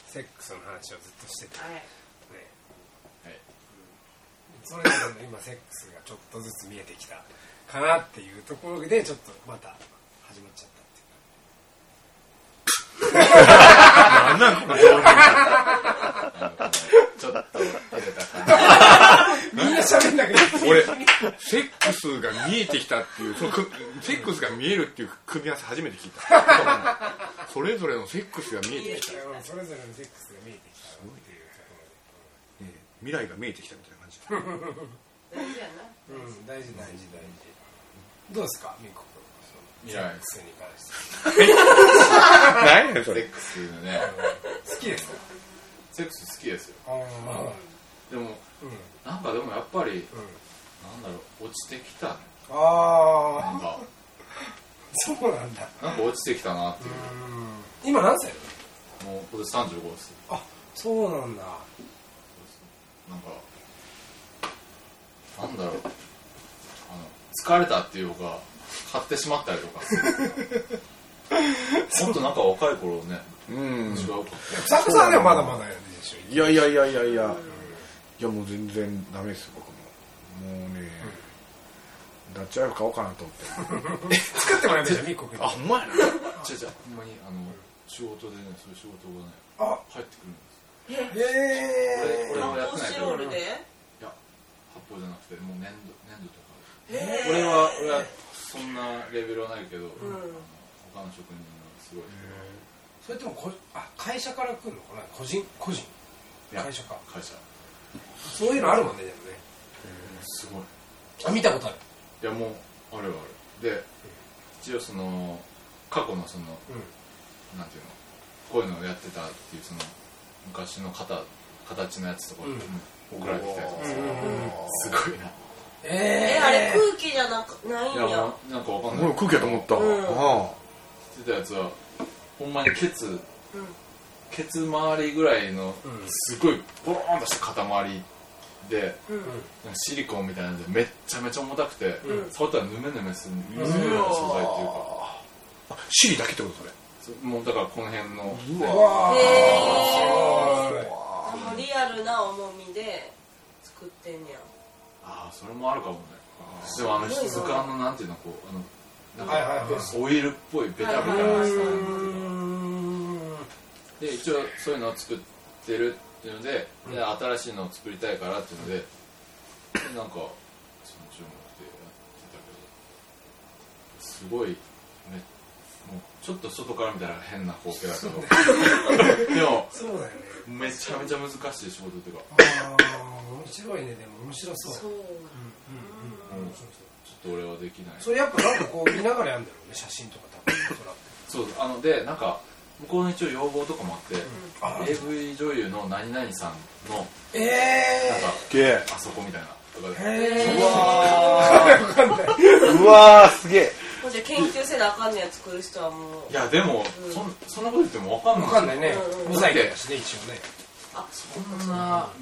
セックスの話をずっとしてて、 はいね、 はい、 それぞれの今セックスがちょっとずつ見えてきたかなっていうところでちょっとまた始まっちゃったっていうかなんなんこれちょっと入れた感みんな喋んなくなって俺セックスが見えてきたっていう、そのセックスが見えるっていう組み合わせ初めて聞いた。それぞれのセックスが見えてきた、 それぞれのセックスが見えてきたっていう、 未来が見えてきたみたいな感じ。 大事やな。 大事大事大事。どうですかみこ君、 未来セックスに関して何やそれ。 セックスね、 好きですか？ セックス好きですよ。でも、 なんかでもやっぱり、 なんだろう、落ちてきたね。 ああ、 そうなんだ。 なんか落ちてきたなっていう。 今何歳？ もう今年35です。 あ、そうなんだ。 なんかなんだろう、疲れたっていうか買ってしまったりとかもっとなんか若い頃ね、違うか。 サクさんでもまだまだやるでしょ。 いやもう全然ダメです僕も。もうね、ダッチワイフ買おうかなと思って。 作ってもらえばいいじゃんみこ君。 あ、ほんまやな。 じゃほんまに仕事でね、そういう仕事がね入ってくるんです。俺はやってないけど、 ロールで？ いや発泡じゃなくてもう粘土とか。俺はそんなレベルはないけど、他の職人のすごい。 それとも会社から来るのかな、個人会社か。 会社。 そういうのあるもんね。でもね、 すごい。 あ、見たことある。 いやもうあるで、一応その過去のその、なんていうの、こういうのをやってたっていうその昔の形のやつとか送られてきたりとかすごいな。 あれ空気じゃないんや。 いやなんかわかんない。 俺空気やと思った。 してたやつはほんまにケツ周りぐらいのすごいボローンとした塊で、シリコンみたいなのでめっちゃめちゃ重たくて、触ったらヌメヌメするような素材っていうか。 シリだけってことそれ。 もうだからこの辺の。 リアルな重みで作ってんねや。 ああ、それもあるかもね。でも質感のなんていうの、こうなんかオイルっぽいベタベタな質感で、一応そういうのを作ってるっていうので、新しいのを作りたいからっていうので、なんかその注文してやってたけど、すごいもうちょっと外から見たら変な光景だけどでもそうだよね、 めちゃめちゃ難しい仕事っていうか。 面白いね。でも面白そう。 そう。 ちょっと俺はできない。 それやっぱなんかこう見ながらやるんだろうね、写真とか多分。 そうで、なんか向こうの一応要望とかもあって、AV 女優の何々さんのなんかあそこみたいなとかで、うわーすげえ。 じゃ研究せなあかんねや作る人はもう。 いやでもそんなこと言っても分かんないね。無罪だしね一応ね。 あ、そんなね、分か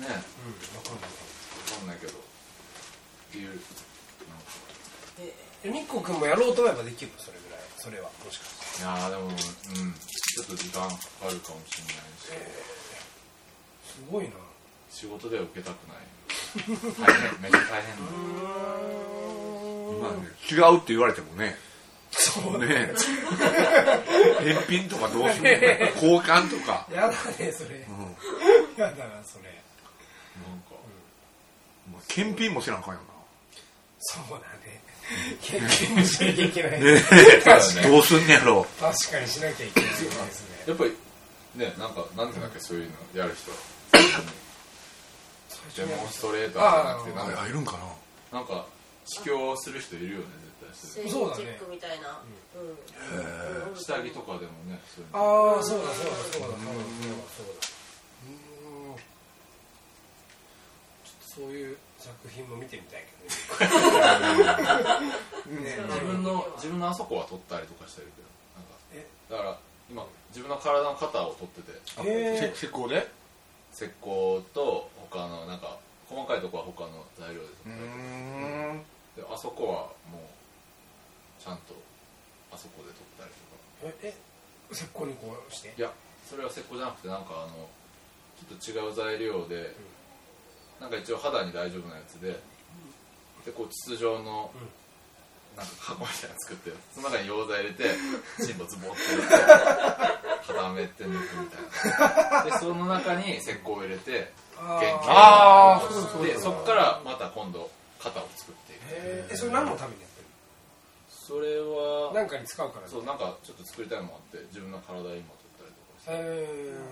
んないけどっていう。 みっこくんもやろうと思えばできるの、それぐらい。それはもしかして。 いやでもちょっと時間かかるかもしれないし、 すごいな。 仕事では受けたくない。大変、めっちゃ大変まあね、違うって言われてもね。 そうね。返品とかどうするの？交換とか。 やだねそれ。やだなそれ。 なんか検品もせなあかんよな。 そうだね。検品もしなきゃいけない。 どうすんねやろ。 確かにしなきゃいけないですね。 やっぱりね、なんていうんだっけ、そういうのやる人。デモンストレーターじゃなくて、 あれいるんかな。 なんか試供する人いるよね、絶対。 そうだね。チェックみたいな。 下着とかでもね、そういうの。ああ、そうだ。そういう作品も見てみたいけどね。 自分のあそこは撮ったりとかしてるけど、だから今自分の体の型を撮ってて、 石膏で？ 石膏と他のなんか細かいところは他の材料で撮ったりとか、であそこはもうちゃんとあそこで撮ったりとか。 石膏にこうして？ いや、 それは石膏じゃなくてなんかちょっと違う材料で、なんか一応肌に大丈夫なやつで、でこう筒状のなんか箱みたいなの作って、その中に溶剤入れて沈没ボッて固めて抜くみたいな。でその中に石膏を入れて原型を落として、そこからまた今度型を作っていく。 それ何のためにやってるの？ それは何かに使うからね。 そう、なんかちょっと作りたいものあって自分の体にも取ったりとかして、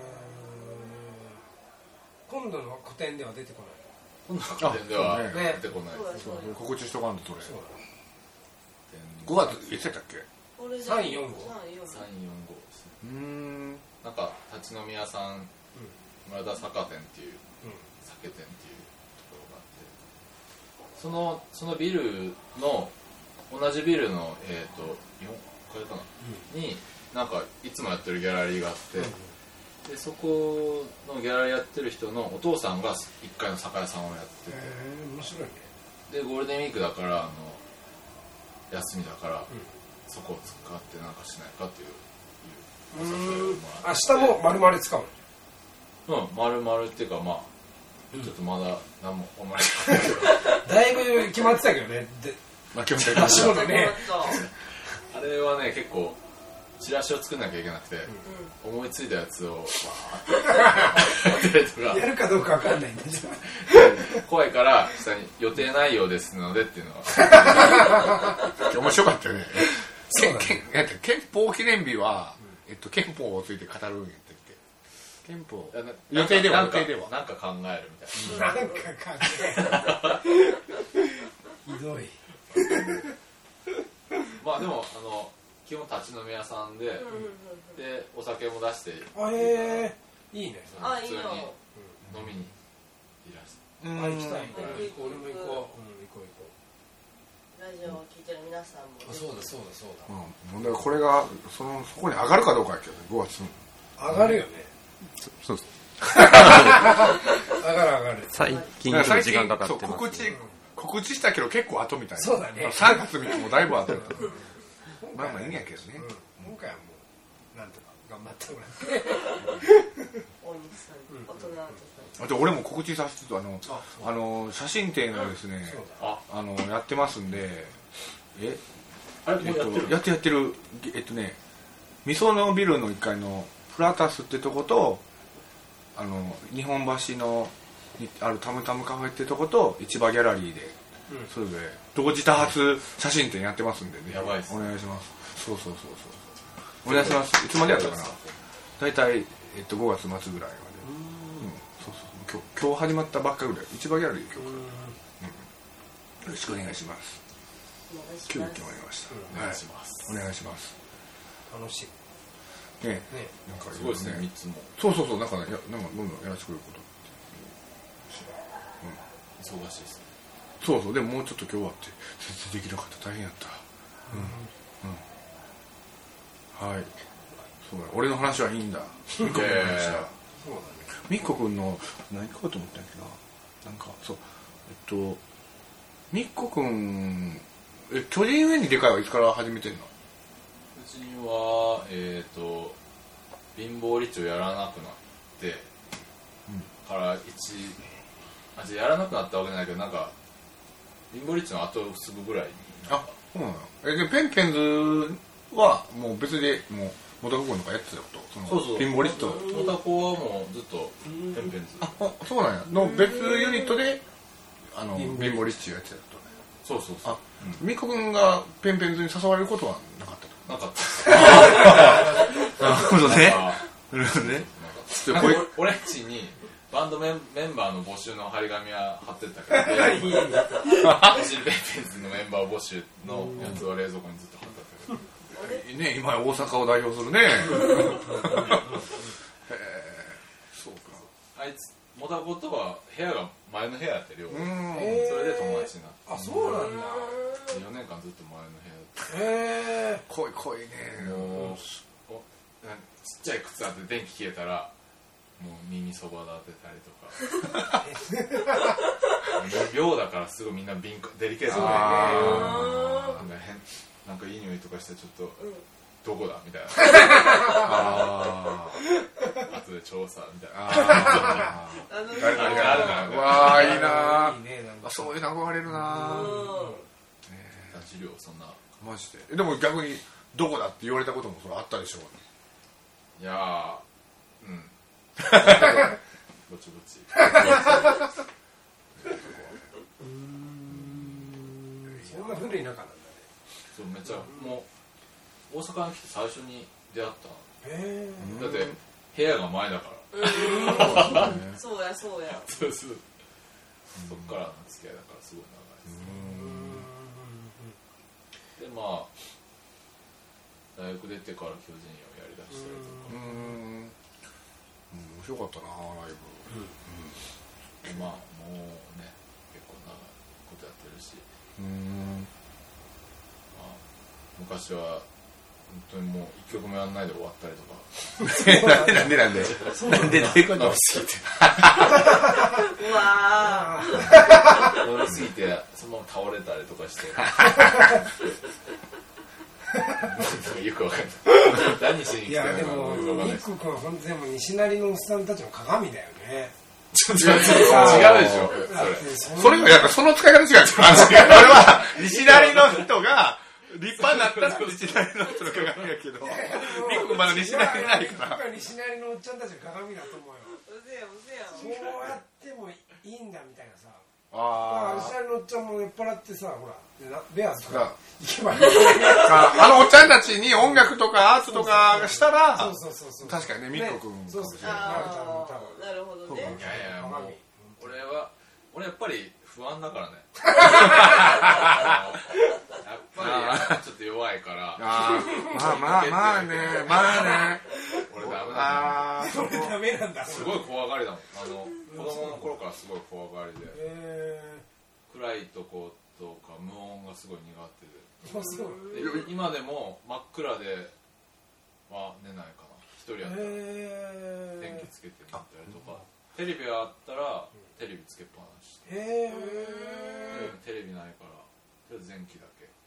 今度の個展では出てこない。 今度の個展では出てこない。 告知しとかんとそれ。 そう 5月いつやったっけ ？345。 345ですね。なんか立ち飲み屋さん、村田酒店っていう酒店っていうところがあって、そのビルの同じビルの4階かな、になんかいつもやってるギャラリーがあって、でそこのギャラリーやってる人のお父さんが1階の酒屋さんをやってて、 面白いね。 でゴールデンウィークだから休みだから、そこを使ってなんかしないかっていう明日も丸々使うの？丸々っていうか、まあちょっとまだ何もあんまりだいぶ決まってたけどね。足元ね。 あれはね、結構チラシを作んなきゃいけなくて、思いついたやつをやるかどうか分かんないんで怖いから下に予定内容ですのでっていうのは面白かったよね。憲法記念日は憲法をついて語るんやったっけ？憲法予定ではなんか考えるみたいな。 なんか考える。ひどい。 まあでも基本立ち飲み屋さんで、でお酒も出して、 いいね。 普通に飲みにいらして、 行きたい。俺も行こう。 ラジオを聞いてる皆さんも。 そうだ。 問題はこれがそこに上がるかどうかやけどね。5月上がるよね。 そうです。 上がる。 最近ちょっと時間かかってます。 告知したけど結構後みたいな。 そうだね。 3月3日もだいぶ後だった。まあいいんやけどね。 今回はもうなんとか頑張ってもらって。 大西さん、大人あと俺も告知させてと写真展がですね、やってますんで、やってるみそのビルの1階のフラタスってとこと日本橋のにあるタムタムカフェってとこと市場ギャラリーでそれぞれ同時多発写真展やってますんでね。 やばいっすね。 お願いします。そうお願いします。いつまでやったかな。だいたい5月末ぐらいまで。今日始まったばっかりぐらい。市場ギャラリー今日から。よろしくお願いします。急に決まりました。 お願いします。 お願いします。 楽しい。 ね、なんかすごいですね、3つも。 そうなんかどんどんやらせてくれること。 忙しいですね。 そうでももうちょっと今日はって全然できなかった大変やった。はい。そうだ。俺の話はいいんだ。ミッコ君の話だ。ミッコ君の何かと思ったんやけどなんかそうミッコ君巨人上にでかいはいつから始めてんの？ うちは貧乏リッチをやらなくなってからやらなくなったわけじゃないけど、なんか貧乏リッチの後すぐぐらいに。 そうなの？でペンペンズはもう別でもうモタコ君とかやってたこと？ そう貧乏リッチとモタコはもうずっとペンペンズ。 そうなんやの別ユニットで貧乏リッチをやってたことね。 そう。 ミッコ君がペンペンズに誘われることはなかったと？ なかった。 なるほどね。 俺んちにバンドメンバーの募集の張り紙は貼ってたけど、もしペンペンズのメンバー募集のやつは冷蔵庫にずっと貼ってたけど。 ね、今大阪を代表するね。そうか。 あいつモタコとは部屋が前の部屋やってるよ。それで友達になって。 そうなんだ。 4年間ずっと前の部屋だった。 濃いね。 もうちっちゃい靴あって電気消えたらもう耳そば立てたりとか。寮だからすごいみんなデリケートで、なんかいい匂いとかしてちょっとどこだみたいな。 後で調査みたいな。 うわーいいなー。 いいねなんかそういうの憧れるなー。 資料そんな。 マジで。でも逆にどこだって言われたこともそれあったでしょう。 いやー、ぼちぼち。 そんな古い仲なんだね。 そうめっちゃもう大阪に来て最初に出会ったの。 へだって部屋が前だから。 そうやそうや。 そうそう。そっからの付き合いだからすごい長いです。でまあ大学出てから巨人をやりだしたりとか。 面白かったなライブ。 でまあもうね結構長いことやってるし。まあ昔は本当にもう1曲もやんないで終わったりとか。 なんでどういうこと？ 飲みすぎて。 うわ飲みすぎてそのまま倒れたりとかして。よくわかんない。何しに来たのかいやでもよくわかんないです。 ニック君は本当でも西成のおっさんたちの鏡だよね。 違うでしょ。 それがやっぱその使い方違う。俺は西成の人が立派になったら西成の人の鏡やけど、ニックまだ西成いないから。 西成のおっちゃんたちの鏡だと思うよ。 うせやうせや。 そうやってもいいんだみたいなさ。西あ成のおっちゃんも酔っ払ってさ、ほらベアーズとか行けばいい。 あのおっちゃんたちに音楽とかアートとかしたら、 そう確かにねミック君かもしれない。 なるほどね。 いやもう俺やっぱり不安だからね。やっぱりちょっと弱いから。 まあね。 俺ダメああ、 それダメなんだ。 すごい怖がりだもん。子供の頃からすごい怖がりで、暗いとことか無音がすごい苦手で、今でも真っ暗では寝ないかな。一人やったら電気つけてみたりとか、テレビがあったらテレビつけっぱなしで、テレビないからとりあえず電気だけ。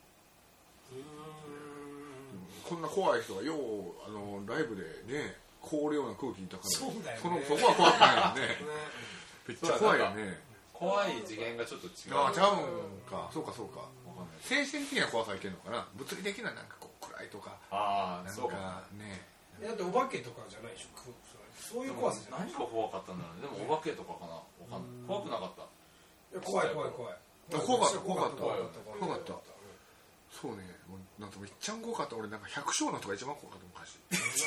こんな怖い人がようライブでね凍るような空気いたから、 そうだよね。 そこは怖くないよね。めっちゃ怖いよね。 怖い次元がちょっと違う。 ああ、ちゃうんか。そうか。精神的な怖さいけんのかな。物理的ななんかこう暗いとか。 ああ、 なんそうかね。 だってお化けとかじゃないでしょ。そういう怖さじゃない。 何が怖かったんだろうね。でもお化けとかかな。わかんない。怖くなかった。 怖い。 怖かった。そうね。なんかめっちゃ怖かった。俺なんか百姓のとか一番怖かった昔。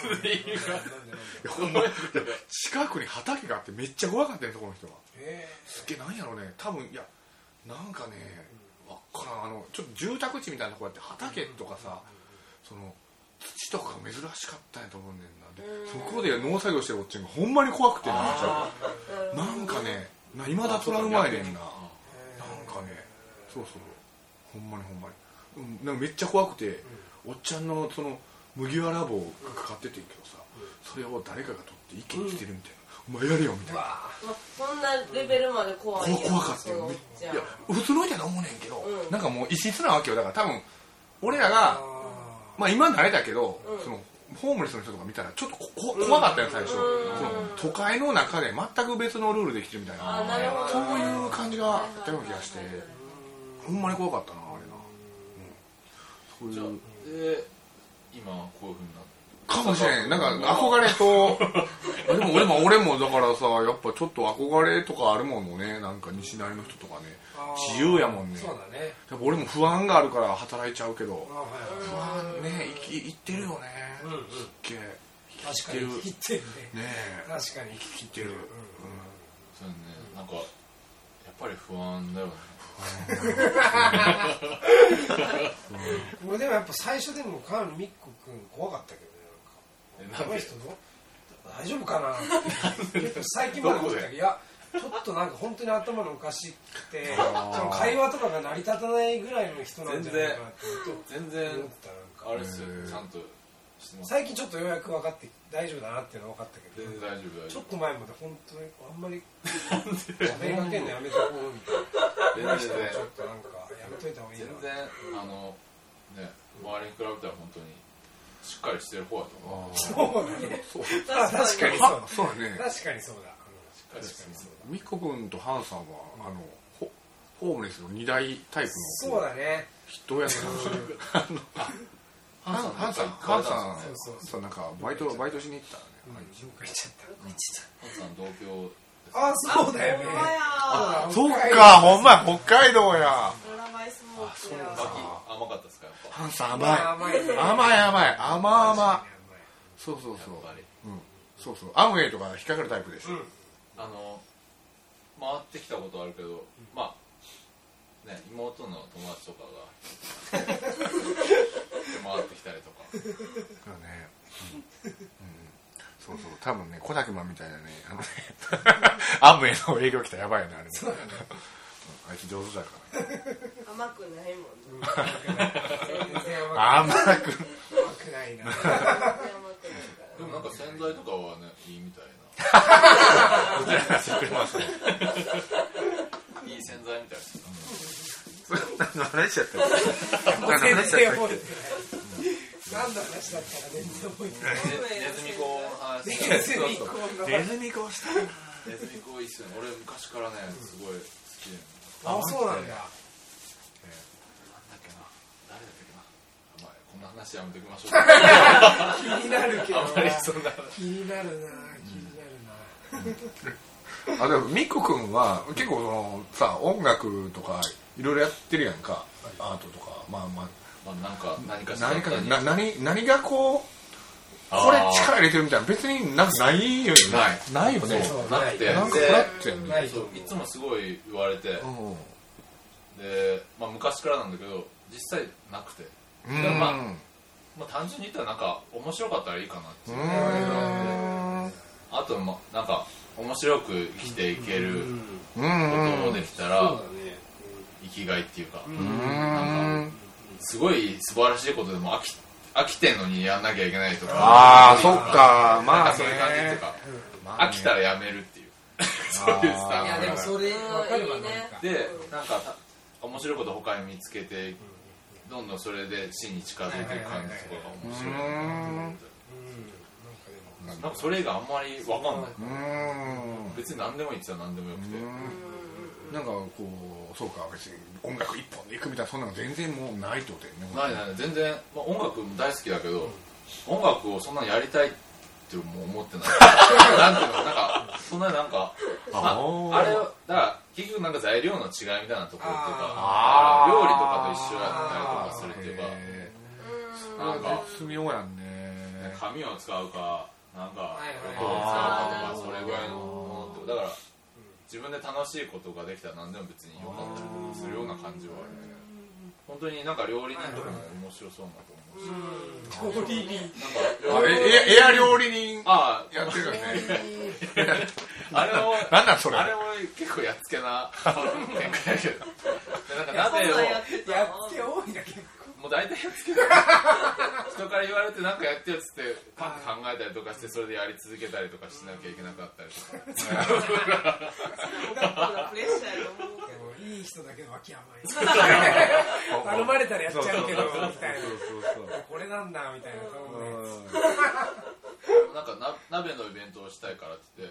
近くに畑があってめっちゃ怖かったよそこの人は。すっげえなんやろね。多分いやなんかねわからんちょっと住宅地みたいなとこやって畑とかさその土とかが珍しかったんやと思うねんな。でそこで農作業してるおっちゃんがほんまに怖くてなんかね未だトラウマやねんな。なんかねそうほんまになんかめっちゃ怖くて、おっちゃんのその麦わら帽がかかっててんけどさ、それを誰かが取って池に捨てるみたいな、お前やれよみたいな。 そんなレベルまで怖い。 怖かったよ。いや普通の人は思うねんけど、なんかもう異質なわけよ。だから多分俺らがまあ今慣れたけど、そのホームレスの人とか見たらちょっと怖かったよ最初。その都会の中で全く別のルールできてるみたいな、そういう感じがあったような気がして、ほんまに怖かったな。 じゃあで今こういう風になってかもしれん。なんか憧れとでも俺もだからさやっぱちょっと憧れとかあるものね。なんか西成の人とかね自由やもんね。 そうだね。 やっぱ俺も不安があるから働いちゃうけど不安ね生きてるよね。すっげえ確かに生きてるね。確かに生きてる。 そうね。なんかやっぱり不安だよね。 俺でもやっぱ最初でも川野ミック君怖かったけどね。なんかこの人大丈夫かな最近まで思ったけど、いやちょっとなんか本当に頭のおかしくてその会話とかが成り立たないぐらいの人なんじゃないかなって全然思った。 あれですよちゃんとしてます。 最近ちょっとようやく分かって大丈夫だなっていうのは分かったけど、 全然大丈夫ちょっと前まで本当にあんまり喋りかけんのやめとこうみたいな。ちょっとなんかやめといた方がいいな。 全然ね周りに比べたら本当にしっかりしてる方だと思う。 そうだね。確かにそうだね。 確かにそうだ。 確かにそうだ。 ミッコ君とハンさんはホームレスの2大タイプのそうだね。 人やね。ハンさんそうなんかバイトしに行ったね。 紹介しちゃった。 ハンさん同郷。 あ、そうだよね。 そっか、ほんまや、北海道や。 甘かったですか、やっぱ。 ハンさん甘い。甘。そう。そう。アムウェイとか引っかかるタイプでしょ。 回ってきたことあるけど、まあね、妹の友達とかが回ってきたりとか。 そう多分ね、小竹マンみたいなね、アムウェイの営業来たらやばいよね、あれね。あいつ上手だから甘くないもんね。 甘くないな。 でもなんか洗剤とかはね、いいみたいな。いい洗剤みたいな。 話しちゃったよ。 何の話だったか全然覚えてない。 ネズミ講の話。 ネズミ講したいな。 ネズミ講いいっすよね。俺昔からね、すごい好きで。 あ、そうなんだ。 なんだっけな。誰だったっけな。こんな話やめときましょう。 気になるけど。 あんまりそんな。 気になるな。 でもミッコ君は結構そのさ、音楽とかいろいろやってるやんか。アートとか。 なんか何がこうこれ力入れてるみたいな別になんかないよね。ないよね。 なくていつもすごい言われて、で昔からなんだけど実際なくて、単純に言ったらなんか面白かったらいいかなっていう。あとなんか面白く生きていけることをできたら生きがいっていうか、なんかすごい素晴らしいことでも飽きてんのにやんなきゃいけないとか、 そっか、 そういう感じっていうか、飽きたらやめるっていうそういうスタンス。 いやでもそれ分かるわ。 でなんか面白いこと他に見つけてどんどんそれで死に近づいていく感じとかが面白いなと思って、なんかそれ以外あんまり分かんない。別に何でもいいって言ったら何でもよくて、 なんかこうそうか、別に音楽一本で行くみたいなそんなの全然もうないってことやね。 ない全然、音楽も大好きだけど、音楽をそんなにやりたいっても思ってない。なんていうの、なんかそんなになんかあれだから結局なんか材料の違いみたいなところっていうか、料理とかと一緒やったりとかするっていうか、なんか絶妙やんね。 紙を使うかなんか音を使うかとかそれぐらいのものって、だから自分で楽しいことができたら何でも別に良かったりするような感じはあるね。本当になんか料理人とかも面白そうなと思うし、料理人なんかエア料理人やってるよね。 あれもなんだそれ。 あれも結構やっつけな展開だけど、なんか鍋をやっつけ多いな結構。 もう大体やっつけない。人から言われてなんかやってよっつってパッと考えたりとかして、それでやり続けたりとかしなきゃいけなかったりとか。 プレッシャーと思うけど、 いい人だけど脇甘い。頼まれたらやっちゃうけどみたいな。これなんだみたいな顔のやつ。 なんか鍋のイベントをしたいからって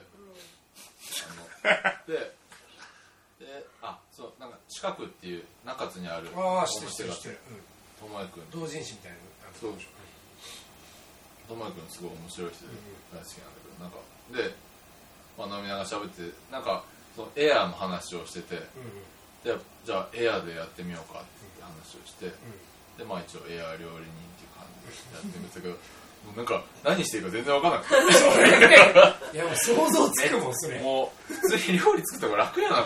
言って、そうなんか近くっていう中津にあるお店があって、ともやくん同人誌みたいな。 そうでしょ。ともやくんすごい面白い人で大好きなんだけど、なんかで、飲みながら喋ってなんかそのエアーの話をしてて、でじゃあエアーでやってみようかって話をして、で一応エアー料理人っていう感じでやってみたけど。もうなんか何していいか全然分からなくて。 いやもう想像つくもんそれ。 もう普通に料理作った方が楽やなこ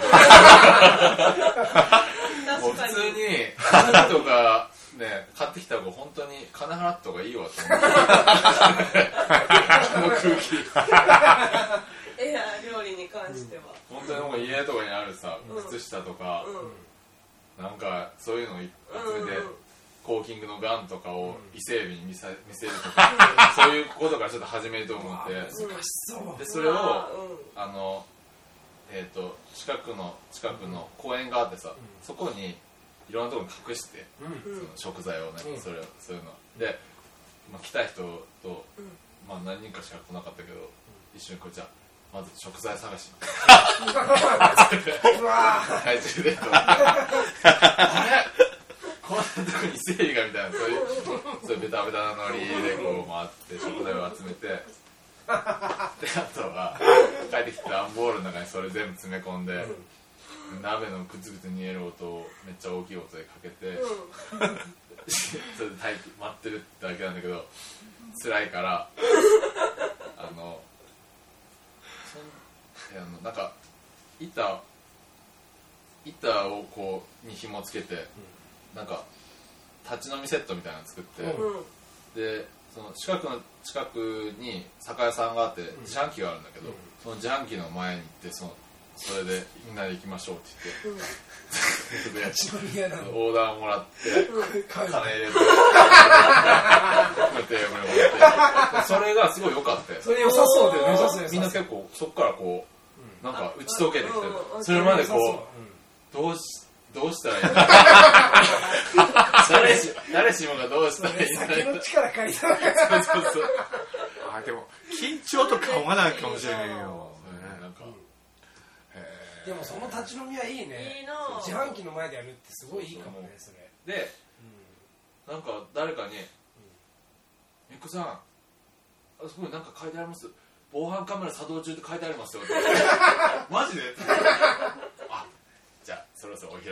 れ。もう普通に花とかね買ってきた方が本当に金払った方がいいわと思って。この空気。 エア料理に関しては。 本当にもう家とかにあるさ靴下とか、なんかそういうのを集めて。コーキングのガンとかを伊勢海老に見せるとか、そういうことからちょっと始めると思って、でそれを近くの公園があってさ、そこにいろんなところに隠して、その食材をね、そういうのでまあ、来た人と、まあ、何人かしか来なかったけど、一緒にこうじゃあまず食材探しうわ懐中電灯あれこんなとこに伊勢海老がみたいなそういうベタベタな海苔でこう回って食材を集めてであとは帰ってきた段ボールの中にそれ全部詰め込んで、鍋のグツグツ煮える音をめっちゃ大きい音でかけて、それで待ってるってだけなんだけど辛いからなんか板をこうに紐つけて、なんか立ち飲みセットみたいなの作って、でその近くに酒屋さんがあって自販機があるんだけど、その自販機の前に行ってそれでみんなで行きましょうって言って、オーダーもらって金入れてテーブル持ってそれがすごい良かった。 それ良さそうだよね。 みんな結構そこからこうなんか打ち解けてきて、それまでこうどうしたらいいんだ誰しもがどうしたらいいんだ先の力借りたそうあでも緊張と緩和なんかもしれないよ。 でもその立ち飲みはいいね。 いいな。 自販機の前でやるってすごいいいかもね。それで、なんか誰かに「みっこさんあそこになんか書いてあります防犯カメラ作動中って書いてありますよ」ってマジであじゃあそろそろお開き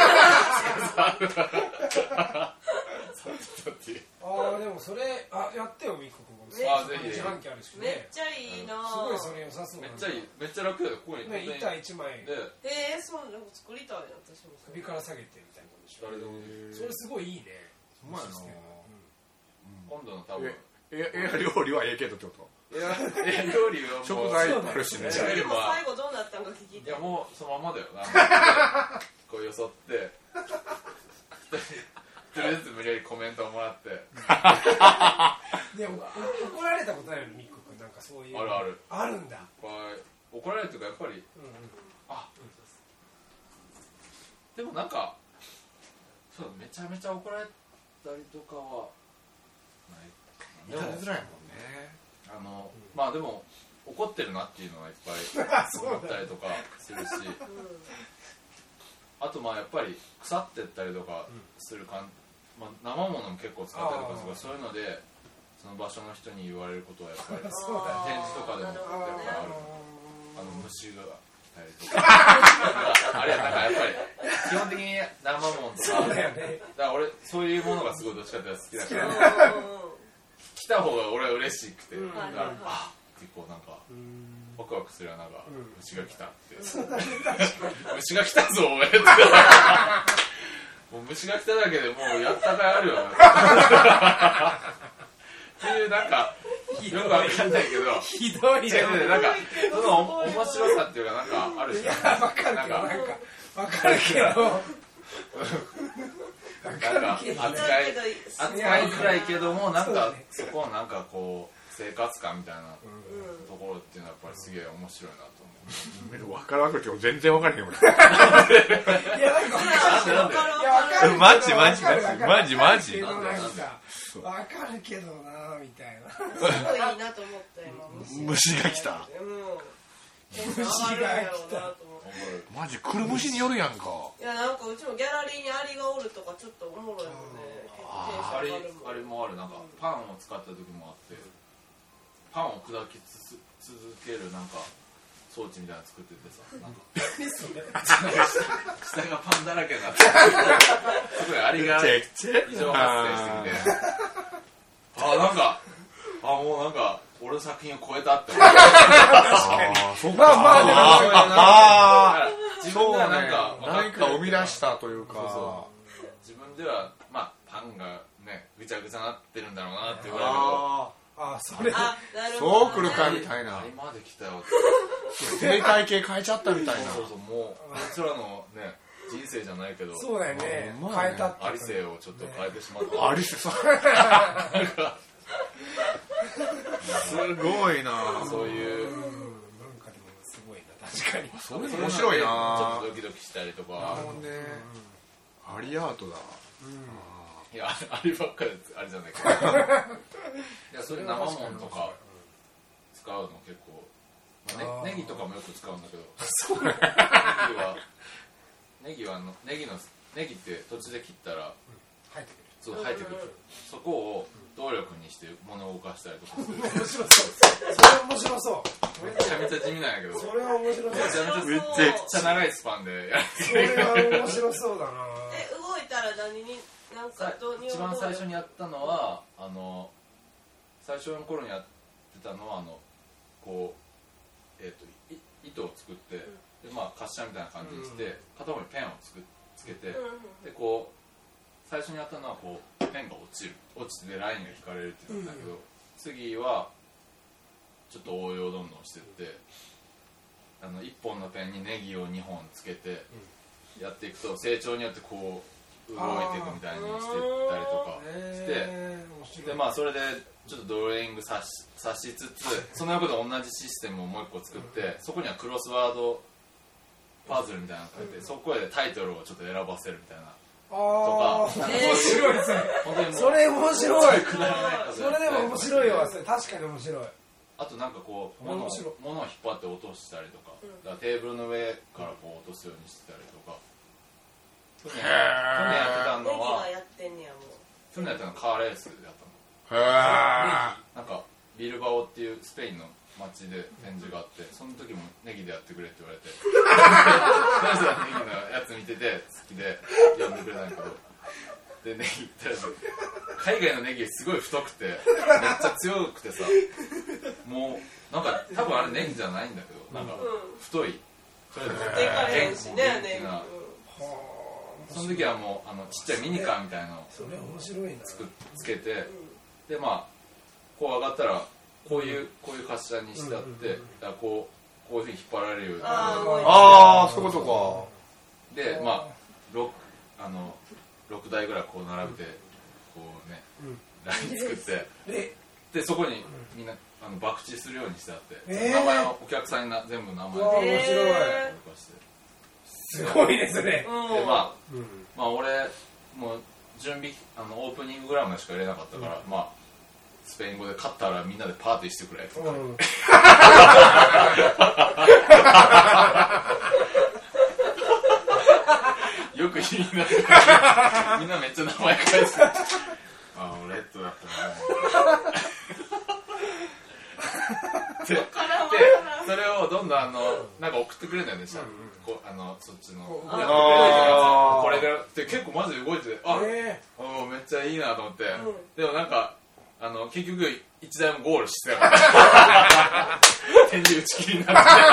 あでもそれやってよみっこくん。 ぜひ自販機あるしめっちゃいいな。 すごいそれ良さそう。 めっちゃいいめっちゃ楽だよ。ここに板1枚でそうなんか作りたいな私も。 首から下げてみたいなことでしょ。それすごいいいね。 うまいな。 今度の多分料理はええけどってこと？ 料理は食材あるしね。 最後どうなったのか聞きたい。 いやもうそのままだよな。こうよそってとりあえず無理やりコメントをもらって。 でも怒られたことないのみっこくんなんかそういう。あるんだ。 怒られるというかやっぱりでもなんかそうめちゃめちゃ怒られたりとかはない。 やりづらいもんね。 まあでも怒ってるなっていうのはいっぱい思ったりとかするし、あとまあやっぱり腐ってったりとかするまあ、生ものも結構使ったりとかするからそういうのでその場所の人に言われることはやっぱり展示とかでもやっぱある。虫が来たりとかあれはなんかやっぱり基本的に生ものとかだから俺そういうものがすごいどっちかっていうと好きだから来た方が俺は嬉しくて、あってこうなんかワクワクするよなんか虫が来たって虫が来たぞおめでとうもう虫が来ただけでもうやったかいあるよっていうなんかよくわかんないけどひどいね。 なんかその面白さっていうかなんかあるし、 いやわかるけどなんかわかるけど扱いづらいけどもなんかそこのなんかこう生活感みたいなところっていうのはやっぱりすげえ面白いなと思う。 分かるけど全然分からへんもん。 いやなんかマジわかるけどなみたいな。 すごいいいなと思った今虫が来た。 虫が来た。 マジ来る虫によるやんか。 いやなんかうちもギャラリーにアリがおるとかちょっとおもろいもんね。 あれもあるなんかパンを使った時もあってパンを砕き続けるなんか装置みたいなの作っててさなんか下がパンだらけになってすごいアリが異常発生してきてなんかもうなんか俺の作品を超えたって思ってまあ自分ではなんか何か生み出したというか自分ではまあパンがねぐちゃぐちゃなってるんだろうなっていうぐらいそれそうくるかみたいなあれまで来たよ生態系変えちゃったみたいなそうもうこいつらのね人生じゃないけどそうだよね変えたってアリセイをちょっと変えてしまったアリセイすごいななんかでそういうもすごいな確かにそれ面白いなちょっとドキドキしたりとかアリアートだいやあればっかりあれじゃないけどいやそれ生もんとか使うの結構、まあネギとかもよく使うんだけどネギって土地で切ったら入ってくる。 そう生えてくる、そこを動力にして物を動かしたりとかする。 面白そう。それ面白そう。 めちゃめちゃ地味なんやけど、 それは面白そう。 めちゃくちゃ長いスパンでやる。 それは面白そうだな。 動いたら何になんか一番最初にやったのは最初の頃にやってたのはこう糸を作って、でまあ滑車みたいな感じにして、片方にペンをつけて、でこう最初にやったのはこうペンが落ちてラインが引かれるっていうんだけど、次はちょっと応用どんどんしてって1本のペンにネギを2本つけてやっていくと成長によってこう動いていくみたいにしてったりとかして、でまあそれでちょっとドローイングさしつつその横で同じシステムをもう一個作って、そこにはクロスワードパズルみたいなのを書いて、そこでタイトルをちょっと選ばせるみたいなとか、 面白いですね。それ面白い。それでも面白いわ。それ確かに面白い。 あとなんかこう物を引っ張って落としたりとか、だからテーブルの上からこう落とすようにしてたりとか。去年やってたのは去年やったのカーレースでやったの。なんかビルバオっていうスペインの街で展示があって、その時もネギでやってくれって言われてその人はネギのやつ見てて好きで呼んでくれたんだけど、でネギって海外のネギすごい太くてめっちゃ強くてさ、もうなんか多分あれネギじゃないんだけど、なんか太い、それででかいしね、ネギ。 その時はもうちっちゃいミニカーみたいなのをつけて、でまあこう上がったらこういう滑車にしてあって、こういうふうに引っ張られるようにああそういうことかで、まあ6台ぐらいこう並べてこうねライン作って、でそこにみんな博打するようにしてあって、名前をお客さんに全部名前を面白い。すごいですね。でまあ俺もう準備オープニングぐらいまでしか入れなかったから、まあスペイン語で勝ったらみんなでパーティーしてくれとか、よく言いながらみんなめっちゃ名前書いてレッドだったなでそれをどんどんなんか送ってくれるんだよね、そっちのこれがで結構マジで動いてて、めっちゃいいなと思って、でもなんか結局1台もゴールしてなかった展示打ち切りにな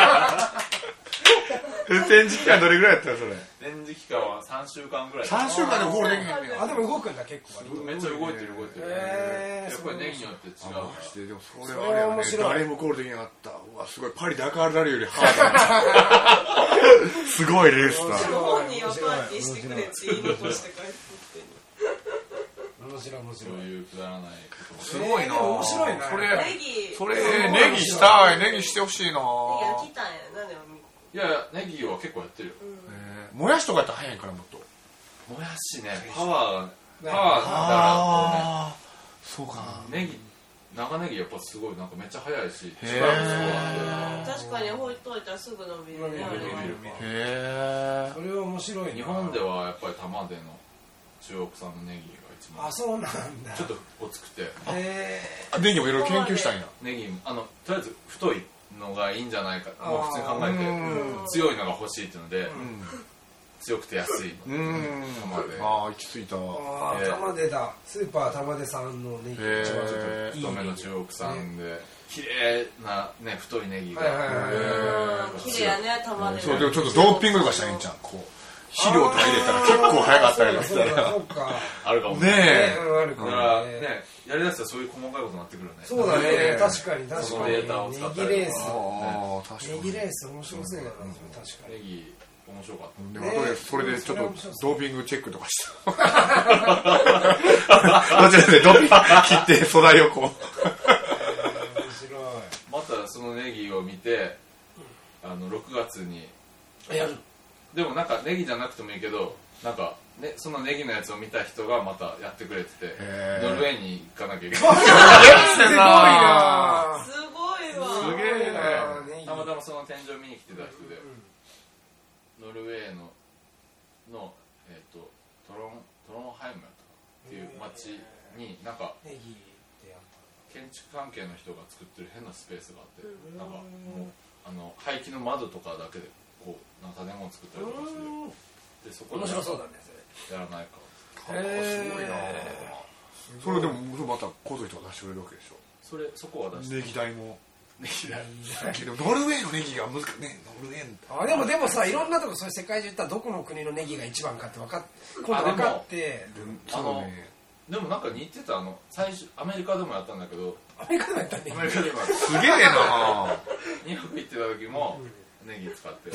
って展示期間どれぐらいやったのそれ？ 展示期間は3週間ぐらい。 3週間でゴールできへんねん。 でも動くんだ結構。 めっちゃ動いてる。やっぱりネギによって違う。 でもそれはあれよね、誰もゴールできなかった。うわすごい、パリダカールダルよりハードすごいレースだ。 本人はパーティーしてくれって言い残して帰ってきて。 面白い。 そういうくだらないこともすごいな。 面白いな。 それネギしたい。ネギしてほしいな。 焼きたんやな。でもいやネギは結構やってるよ。 もやしとかやったら早いからもっと。 もやしね、パワーだからね。 そうか。 長ネギやっぱすごいなんかめっちゃ早いし。 確かに置いといたらすぐ伸びるね。 それは面白い。 日本ではやっぱり玉での中国産のネギが一番。 そうなんだ。 ちょっとごつくて。 ネギもいろいろ研究したんや。 ネギとりあえず太いのがいいんじゃないか、もう普通に考えて強いのが欲しいっていうので、強くて安い玉で。 行き着いた。 玉でだ。スーパー玉でさんのネギ一番ちょっといい。 太めの中国産で綺麗なね太いネギが。 綺麗やね玉で。 そうでもちょっとドーピングとかしたらいいんじゃん。こう肥料とか入れたら結構早かったりとかしたら。 あるかもねえ。 だからねやりだしたらそういう細かいことになってくるね。 そうだね。確かにそのデータを使ったり。 ネギレース面白そうだな。確かに。 ネギ面白かった。 でもそれでちょっとドーピングチェックとかした。どちらでドーピング切って素材をこう。面白い。 またそのネギを見て6月にやる。 でもなんかネギじゃなくてもいいけどなんか、ね、そのネギのやつを見た人がまたやってくれててノルウェーに行かなきゃいけないすごいなすごいわすげえたまたまその天井見に来てた人で、ノルウェーのトロンハイムやったかっていう町になんかネギってやった建築関係の人が作ってる変なスペースがあってなんかもう排気の窓とかだけでこうなんか建物作ったりとかしてでそこで面白そうだねやらないかすごいなそれでもまた小僧とか出してくれるわけでしょそこは出してネギ代もネギ代けどノルウェーのネギが難しいねノルウェーでもさいろんなとこそういう世界中行ったらどこの国のネギが一番かって今度分かってでもなんか似てた最初アメリカでもやったんだけどアメリカでもやったんだアメリカでもやったすげえな日本行ってた時もネギ使って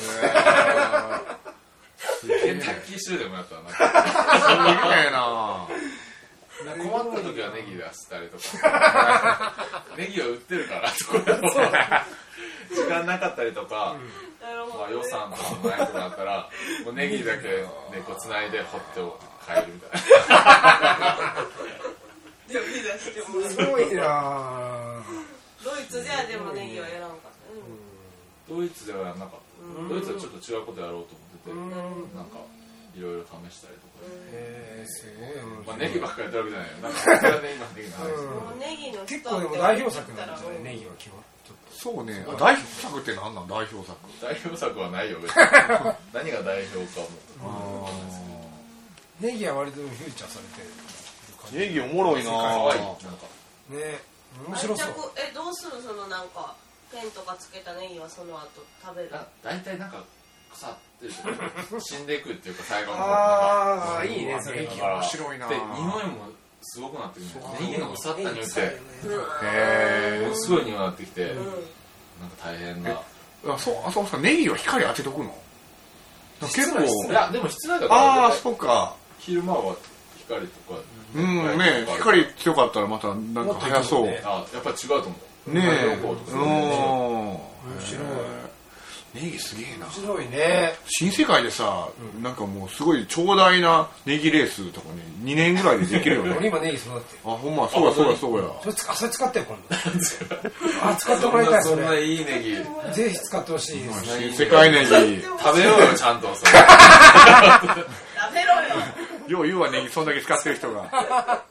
ケンタッキー州でもやったなすげえな困った時はネギ出したりとかネギを売ってるからそこでも時間なかったりとか、まあ、予算とかもないとなったらもうネギだけでこうつないで掘って買えるみたいな呼び出してもすごいなドイツではでもネギはやらんかったねドイツではやらなかったドイツはちょっと違うことやろうと思っててなんかいろいろ試したりとかすごいまあネギばっかりやってるわけじゃないよなんかそれはネギの話ネギの結構でも代表作なんじゃないネギは基本そうね代表作って何なん代表作代表作はないよ別に何が代表かもネギは割とフューチャーされてるネギおもろいな可愛いなんかね面白そうどうするそのなんかペンとかつけたネギはその後食べる大体なんか腐ってるとか死んでいくっていうか最後のああいいねそれネギ面白いなで匂いもすごくなってくるネギの腐った匂いってものすごい匂いになってきてなんか大変なそうネギは光当てとくの結構いやでも室内だからああそうか昼間は光とかね光強かったらまたなんか早そうやっぱり違うと思うねえ面白いネギすげえな面白いね新世界でさなんかもうすごい長大なネギレースとかね2年ぐらいでできるよね俺今ネギ育ってあほんまそうやそれ使ってよ今度使ってもらいたいそんないいネギぜひ使ってほしいです新世界ネギ食べようよちゃんと食べろよよう言うわネギそんだけ使ってる人がいや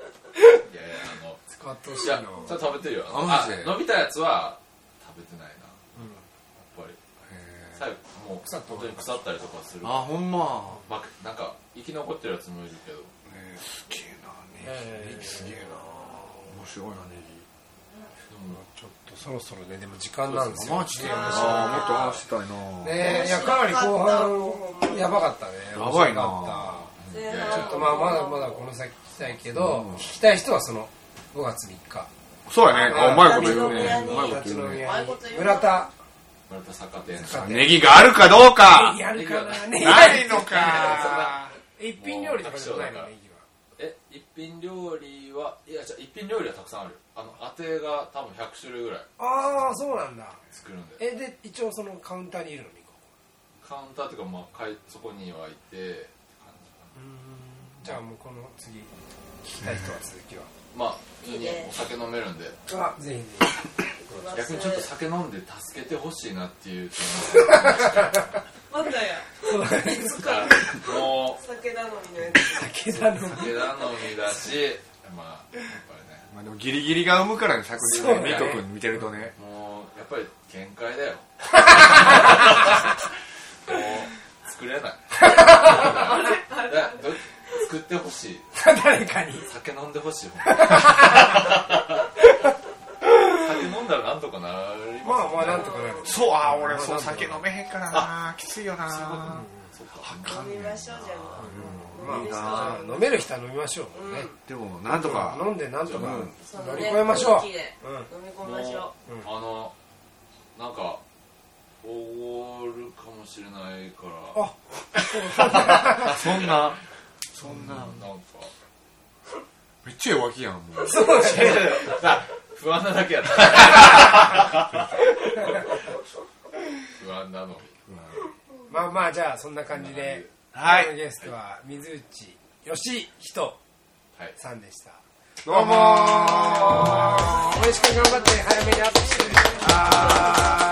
使ってほしいいやなそれ食べてるよマジで伸びたやつは食べてないなやっぱり最後もう本当に腐ったりとかするあほんまなんか生き残ってるやつもいるけどすげえなネギすげえな面白いなネギちょっとそろそろねでも時間なんですよマジでもっと話したいなねいやかなり後半やばかったねやばいなちょっとまだこの先聞きたいけど聞きたい人はその5月3日そうやねうまいこと言うねうまいこと言うね村田酒店ネギがあるかどうかネギあるかなないのか一品料理とかじゃないのネギは一品料理はいやじゃ一品料理はたくさんある当てが多分100種類ぐらいああそうなんだ作るんでで一応そのカウンターにいるのカウンターっていうかまあそこにはいてじゃあもうこの次聞きたい人は続きはまあ普通にお酒飲めるんでぜひぜひ逆にちょっと酒飲んで助けてほしいなっていう気またやいつかもう酒頼みのやつ酒頼み酒頼みだしまあやっぱりねでもギリギリが生むからね作品ねミト君見てるとねもうやっぱり限界だよもう作れない作ってほしい誰かに酒飲んでほしい酒飲んだらなんとかなりますまあなんとかなるそう俺そう酒飲めへんからなきついよな飲みましょうじゃあ飲める人は飲みましょうねでもなんとか飲んでなんとかあ乗り越えましょう飲み込みましょうなんかおごるかもしれないからそんななんかめっちゃ弱気やんもうそう不安なだけやった不安なのにまあじゃあそんな感じで、 はい、 今日のゲストは水内義人さんでした。 どうもおいしく頑張って早めにアップしてください。